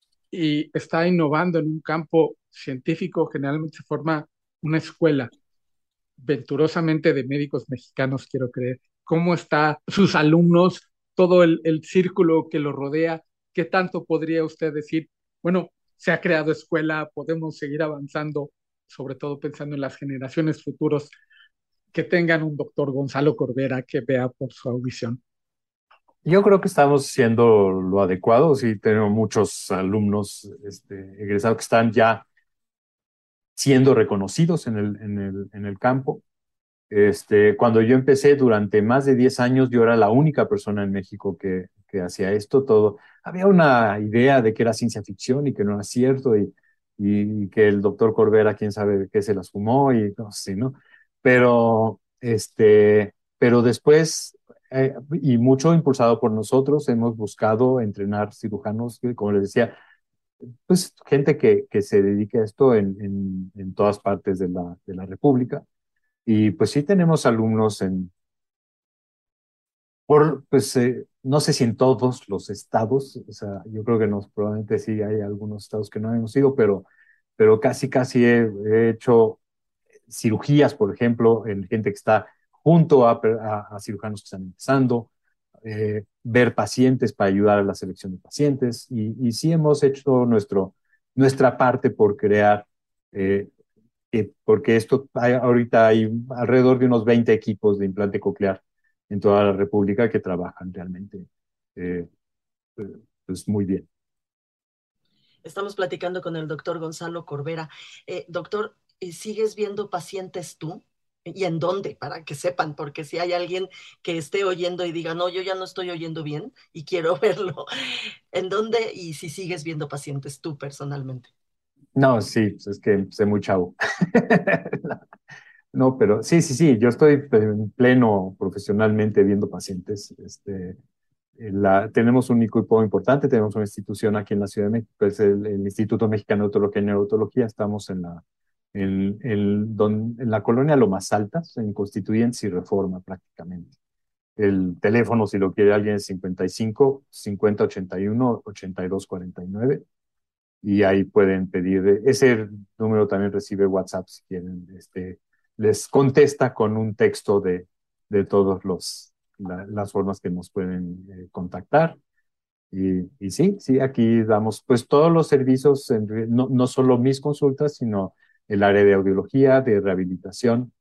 y está innovando en un campo científico, generalmente se forma una escuela, venturosamente de médicos mexicanos, quiero creer. ¿Cómo están sus alumnos, todo el, el círculo que lo rodea? ¿Qué tanto podría usted decir? Bueno, se ha creado escuela, podemos seguir avanzando, sobre todo pensando en las generaciones futuras, que tengan un doctor Gonzalo Corbera que vea por su audición. Yo creo que estamos haciendo lo adecuado. Sí, tenemos muchos alumnos este, egresados que están ya siendo reconocidos en el, en el, en el campo. Este, cuando yo empecé, durante más de diez años, yo era la única persona en México que, que hacía esto todo. Había una idea de que era ciencia ficción y que no era cierto, y, y que el doctor Corbera, quién sabe qué se las fumó, y no sé, ¿no? Pero, este, pero después, eh, y mucho impulsado por nosotros, hemos buscado entrenar cirujanos, como les decía, pues gente que, que se dedique a esto en, en, en todas partes de la, de la República. Y pues sí tenemos alumnos en, por, pues, eh, no sé si en todos los estados, o sea, yo creo que nos, probablemente sí hay algunos estados que no hemos ido, pero, pero casi, casi he, he hecho cirugías, por ejemplo, en gente que está junto a, a, a cirujanos que están empezando, eh, ver pacientes para ayudar a la selección de pacientes, y, y sí hemos hecho nuestro, nuestra parte por crear, eh, eh, porque esto hay, ahorita hay alrededor de unos veinte equipos de implante coclear en toda la República que trabajan realmente eh, pues muy bien. Estamos platicando con el doctor Gonzalo Corbera. Eh, doctor, ¿sigues viendo pacientes tú? ¿Y en dónde? Para que sepan, porque si hay alguien que esté oyendo y diga, no, yo ya no estoy oyendo bien y quiero verlo, ¿en dónde? Y si sigues viendo pacientes tú personalmente. No, sí, es que sé muy chavo. No, pero sí, sí, sí, yo estoy en pleno profesionalmente viendo pacientes. Este, la, tenemos un equipo importante, tenemos una institución aquí en la Ciudad de México, es el, el Instituto Mexicano de Otología y Neurotología. Estamos en la, en, en, don, en la colonia Lomas Altas, en Constituyentes y Reforma prácticamente. El teléfono, si lo quiere alguien, es cincuenta y cinco, cincuenta, ochenta y uno, ochenta y dos, cuarenta y nueve. Y ahí pueden pedir, ese número también recibe WhatsApp si quieren, este, les contesta con un texto de, de todas la, las formas que nos pueden eh, contactar. Y, y sí, sí, aquí damos pues todos los servicios, en, no, no solo mis consultas, sino el área de audiología, de rehabilitación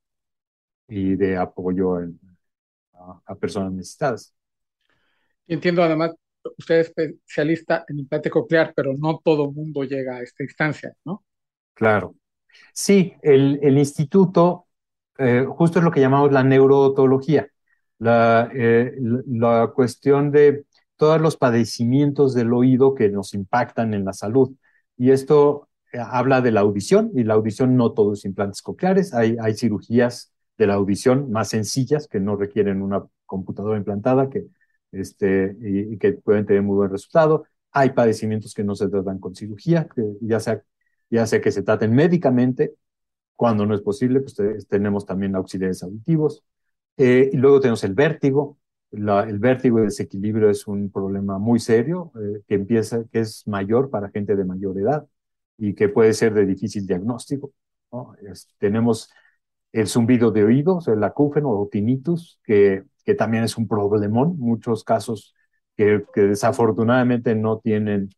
y de apoyo en, a, a personas necesitadas. Entiendo además, usted es especialista en implante coclear, pero no todo el mundo llega a esta instancia, ¿no? Claro. Sí, el, el instituto eh, justo es lo que llamamos la neurotología, la, eh, la cuestión de todos los padecimientos del oído que nos impactan en la salud. Y esto eh, habla de la audición, y la audición no todos implantes cocleares, hay, hay cirugías de la audición más sencillas que no requieren una computadora implantada que, este, y, y que pueden tener muy buen resultado. Hay padecimientos que no se tratan con cirugía, que ya sea ya sea que se traten médicamente, cuando no es posible, pues te, tenemos también auxiliares auditivos. Eh, y luego tenemos el vértigo. La, el vértigo y el desequilibrio es un problema muy serio eh, que empieza, que es mayor para gente de mayor edad y que puede ser de difícil diagnóstico, ¿no? Es, tenemos el zumbido de oído, o sea, el acúfeno o tinnitus, que, que también es un problemón, muchos casos que, que desafortunadamente no tienen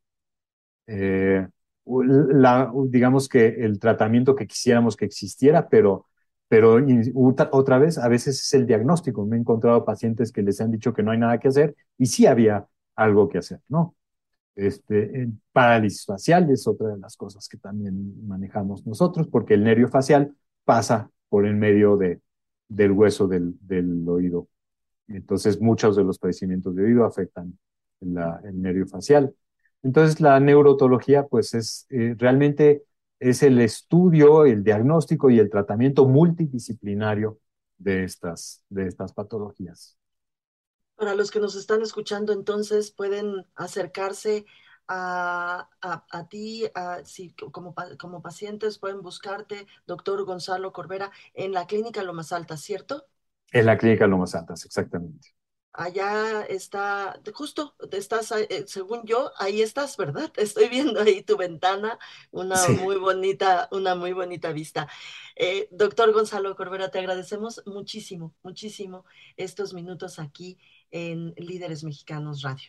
eh, la, digamos que el tratamiento que quisiéramos que existiera, pero, pero otra vez a veces es el diagnóstico. Me he encontrado pacientes que les han dicho que no hay nada que hacer y sí había algo que hacer, ¿no? Este, parálisis facial es otra de las cosas que también manejamos nosotros, porque el nervio facial pasa por en medio de, del hueso del, del oído. Entonces, muchos de los padecimientos de oído afectan la, el nervio facial. Entonces, la neurotología, pues, es eh, realmente es el estudio, el diagnóstico y el tratamiento multidisciplinario de estas, de estas patologías. Para los que nos están escuchando, entonces, pueden acercarse a, a, a ti, a, si, como, como pacientes, pueden buscarte, doctor Gonzalo Corbera, en la clínica Lomas Altas, ¿cierto? En la clínica Lomas Altas, exactamente. Allá está, justo, estás, según yo, ahí estás, ¿verdad? Estoy viendo ahí tu ventana, una sí. muy bonita, una muy bonita vista. Eh, doctor Gonzalo Corbera, te agradecemos muchísimo, muchísimo estos minutos aquí en Líderes Mexicanos Radio.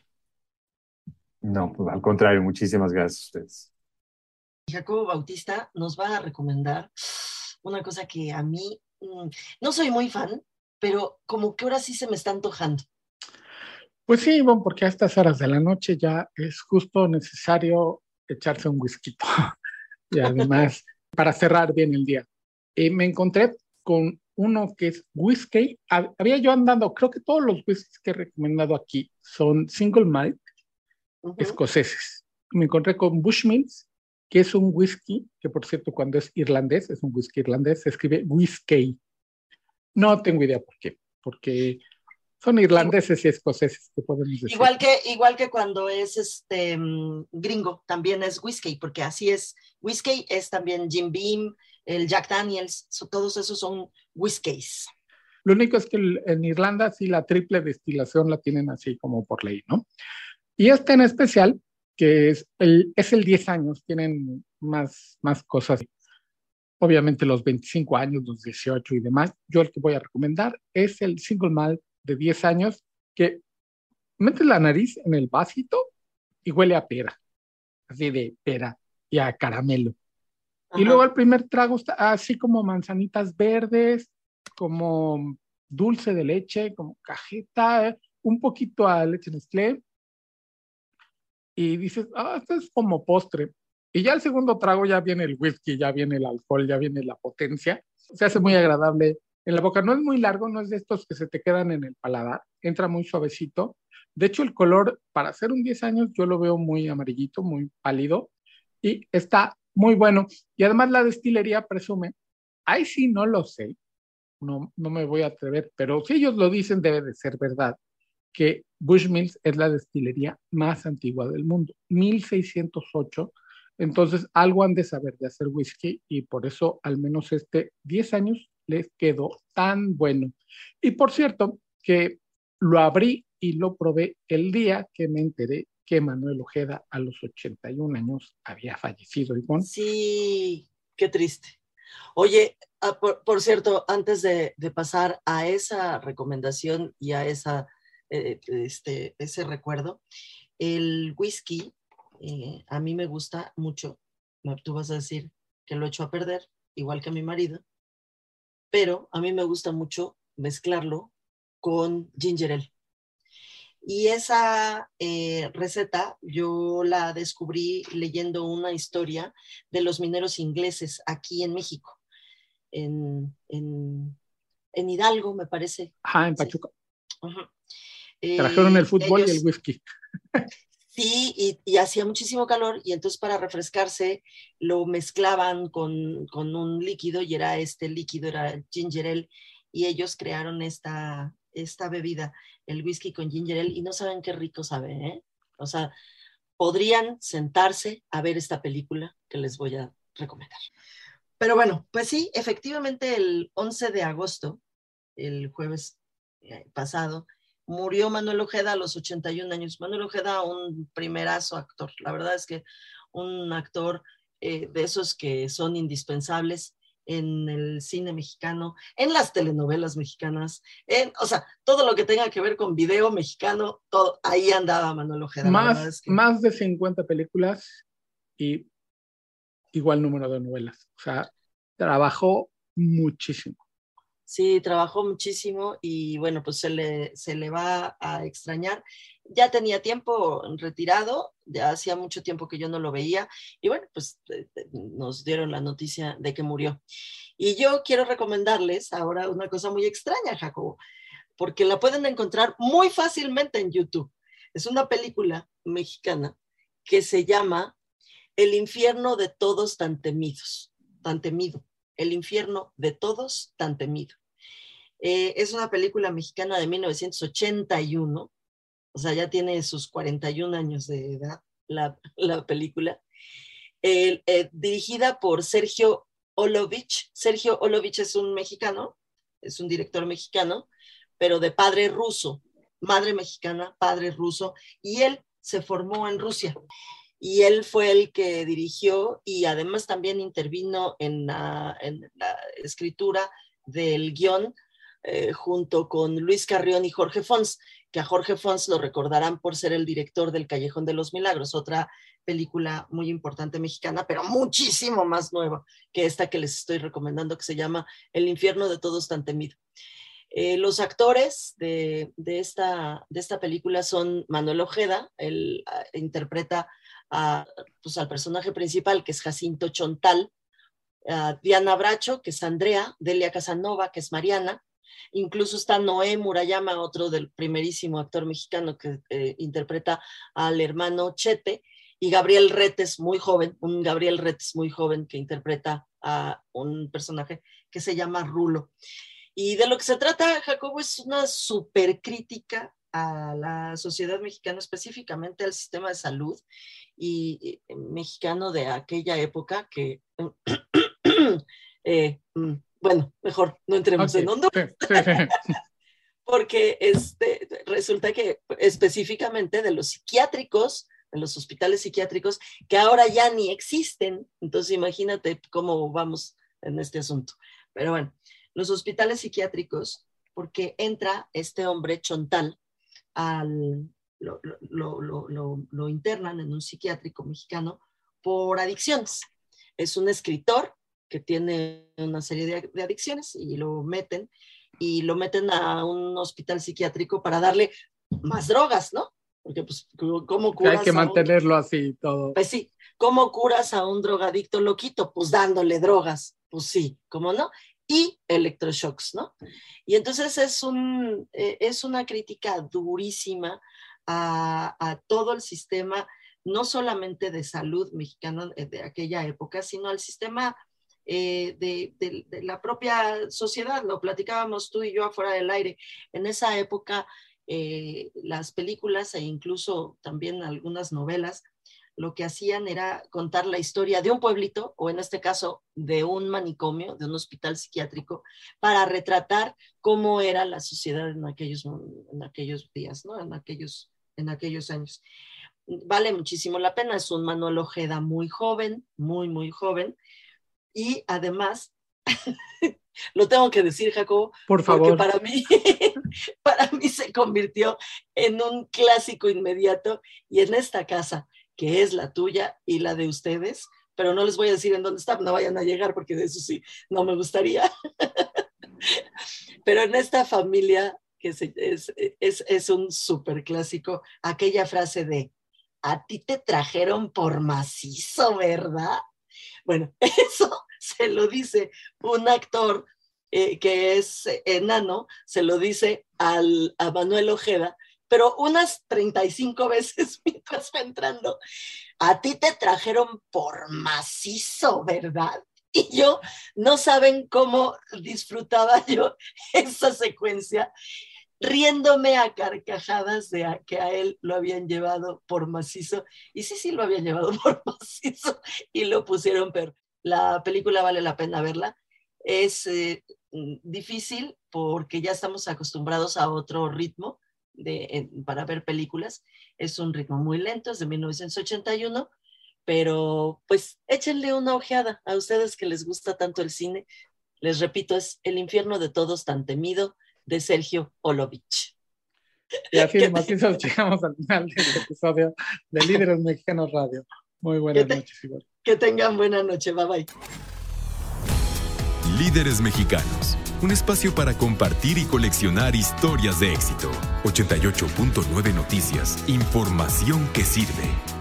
No, pues al contrario, muchísimas gracias a ustedes. Jacobo Bautista nos va a recomendar una cosa que a mí, no soy muy fan, pero como que ahora sí se me está antojando. Pues sí, Ivonne, porque a estas horas de la noche ya es justo necesario echarse un whisky. Y además, para cerrar bien el día. Eh, me encontré con uno que es whisky. Había yo andando, creo que todos los whiskies que he recomendado aquí son single malt, uh-huh. escoceses. Me encontré con Bushmills, que es un whisky, que por cierto cuando es irlandés, es un whisky irlandés, se escribe whisky. No tengo idea por qué, porque son irlandeses y escoceses, que podemos decir. Igual que, igual que cuando es este um, gringo, también es whisky, porque así es, whisky es también Jim Beam, el Jack Daniels, so, todos esos son whiskies. Lo único es que en Irlanda sí la triple destilación la tienen así como por ley, ¿no? Y este en especial, que es el, es el diez años, tienen más, más cosas. Obviamente los veinticinco años, los dieciocho y demás. Yo el que voy a recomendar es el single malt de diez años, que metes la nariz en el vasito y huele a pera, así de pera y a caramelo. Ajá. Y luego el primer trago está así como manzanitas verdes, como dulce de leche, como cajeta, eh, un poquito a leche Nestlé. Y dices, ah, esto es como postre. Y ya el segundo trago ya viene el whisky, ya viene el alcohol, ya viene la potencia. Se hace muy agradable en la boca. No es muy largo, no es de estos que se te quedan en el paladar. Entra muy suavecito. De hecho, el color, para hacer un diez años, yo lo veo muy amarillito, muy pálido. Y está muy bueno. Y además la destilería presume, ahí sí no lo sé, no, no me voy a atrever, pero si ellos lo dicen, debe de ser verdad, que Bushmills es la destilería más antigua del mundo, mil seiscientos ocho. Entonces, algo han de saber de hacer whisky y por eso al menos este diez años les quedó tan bueno. Y por cierto, que lo abrí y lo probé el día que me enteré que Manuel Ojeda a los ochenta y un años había fallecido. ¿Ivonne? Sí, qué triste. Oye, ah, por, por cierto, antes de, de pasar a esa recomendación y a esa, eh, este, ese recuerdo, el whisky eh, a mí me gusta mucho. Tú vas a decir que lo echo a perder, igual que a mi marido, pero a mí me gusta mucho mezclarlo con ginger ale. Y esa eh, receta yo la descubrí leyendo una historia de los mineros ingleses aquí en México, en, en, en Hidalgo, me parece. Ajá, en Pachuca. Sí. Uh-huh. Trajeron eh, el fútbol ellos, y el whisky. Sí, y, y hacía muchísimo calor, y entonces para refrescarse lo mezclaban con, con un líquido, y era este líquido, era ginger ale, y ellos crearon esta, esta bebida, el whisky con ginger ale, y no saben qué rico sabe, ¿eh? O sea, podrían sentarse a ver esta película que les voy a recomendar. Pero bueno, pues sí, efectivamente el once de agosto, el jueves pasado, murió Manuel Ojeda a los ochenta y un años. Manuel Ojeda, un primerazo actor. La verdad es que un actor eh, de esos que son indispensables en el cine mexicano, en las telenovelas mexicanas, en, o sea, todo lo que tenga que ver con video mexicano, todo, ahí andaba Manuel Ojeda. Más, la verdad es que... más de cincuenta películas y igual número de novelas. O sea, trabajó muchísimo. Sí, trabajó muchísimo y bueno, pues se le, se le va a extrañar. Ya tenía tiempo retirado, ya hacía mucho tiempo que yo no lo veía y bueno, pues eh, nos dieron la noticia de que murió. Y yo quiero recomendarles ahora una cosa muy extraña, Jacobo, porque la pueden encontrar muy fácilmente en YouTube. Es una película mexicana que se llama El infierno de todos tan temidos, tan temido. El infierno de todos tan temido. Eh, es una película mexicana de mil novecientos ochenta y uno, o sea, ya tiene sus cuarenta y un años de edad la, la película, eh, eh, dirigida por Sergio Olovich. Sergio Olovich es un mexicano, es un director mexicano, pero de padre ruso, madre mexicana, padre ruso, y él se formó en Rusia. Y él fue el que dirigió y además también intervino en la, en la escritura del guión eh, junto con Luis Carrión y Jorge Fons, que a Jorge Fons lo recordarán por ser el director del Callejón de los Milagros, otra película muy importante mexicana, pero muchísimo más nueva que esta que les estoy recomendando, que se llama El infierno de todos tan temido. Eh, los actores de, de, esta, de esta película son Manuel Ojeda, él uh, interpreta a, pues, al personaje principal, que es Jacinto Chontal, uh, Diana Bracho, que es Andrea, Delia Casanova, que es Mariana, incluso está Noé Murayama, otro del primerísimo actor mexicano que eh, interpreta al hermano Chete, y Gabriel Retes, muy joven, un Gabriel Retes muy joven que interpreta a un personaje que se llama Rulo. Y de lo que se trata, Jacobo, es una super crítica a la sociedad mexicana, específicamente al sistema de salud y, y mexicano de aquella época que eh, bueno, mejor no entremos okay. en Honduras. Sí, sí, sí. Porque este, resulta que específicamente de los psiquiátricos, de los hospitales psiquiátricos, que ahora ya ni existen, entonces imagínate cómo vamos en este asunto. Pero bueno, los hospitales psiquiátricos, porque entra este hombre Chontal, al, lo, lo, lo, lo, lo internan en un psiquiátrico mexicano por adicciones. Es un escritor que tiene una serie de, de adicciones y lo meten, y lo meten a un hospital psiquiátrico para darle más drogas, ¿no? Porque pues, ¿cómo curas? Hay que mantenerlo un... así todo. Pues sí, ¿cómo curas a un drogadicto loquito? Pues dándole drogas, pues sí, ¿cómo no? Y electroshocks, ¿no? Y entonces es, un, eh, es una crítica durísima a, a todo el sistema, no solamente de salud mexicano de aquella época, sino al sistema eh, de, de, de la propia sociedad. Lo platicábamos tú y yo afuera del aire. En esa época, eh, las películas e incluso también algunas novelas, lo que hacían era contar la historia de un pueblito, o en este caso de un manicomio, de un hospital psiquiátrico, para retratar cómo era la sociedad en aquellos, en aquellos días, ¿no? En aquellos, en aquellos años. Vale muchísimo la pena. Es un Manuel Ojeda muy joven, muy, muy joven, y además, lo tengo que decir, Jacobo, por favor, porque para mí, para mí se convirtió en un clásico inmediato, y en esta casa, que es la tuya y la de ustedes, pero no les voy a decir en dónde está, no vayan a llegar, porque de eso sí, no me gustaría. Pero en esta familia, que es, es, es, es un súper clásico, aquella frase de, a ti te trajeron por macizo, ¿verdad? Bueno, eso se lo dice un actor eh, que es enano, se lo dice al, a Manuel Ojeda, pero unas treinta y cinco veces mientras va entrando. A ti te trajeron por macizo, ¿verdad? Y yo, no saben cómo disfrutaba yo esa secuencia, riéndome a carcajadas de a, que a él lo habían llevado por macizo. Y sí, sí lo habían llevado por macizo y lo pusieron peor. La película vale la pena verla. Es eh, difícil porque ya estamos acostumbrados a otro ritmo de, eh, para ver películas. Es un ritmo muy lento, es de mil novecientos ochenta y uno, pero pues échenle una ojeada a ustedes que les gusta tanto el cine. Les repito, es El infierno de todos tan temido, de Sergio Olovich. Y así de macizos llegamos al final del episodio de Líderes Mexicanos Radio. Muy buenas te, noches, Igor. Que tengan buena noche. Bye bye. Líderes Mexicanos, un espacio para compartir y coleccionar historias de éxito. ochenta y ocho punto nueve Noticias, información que sirve.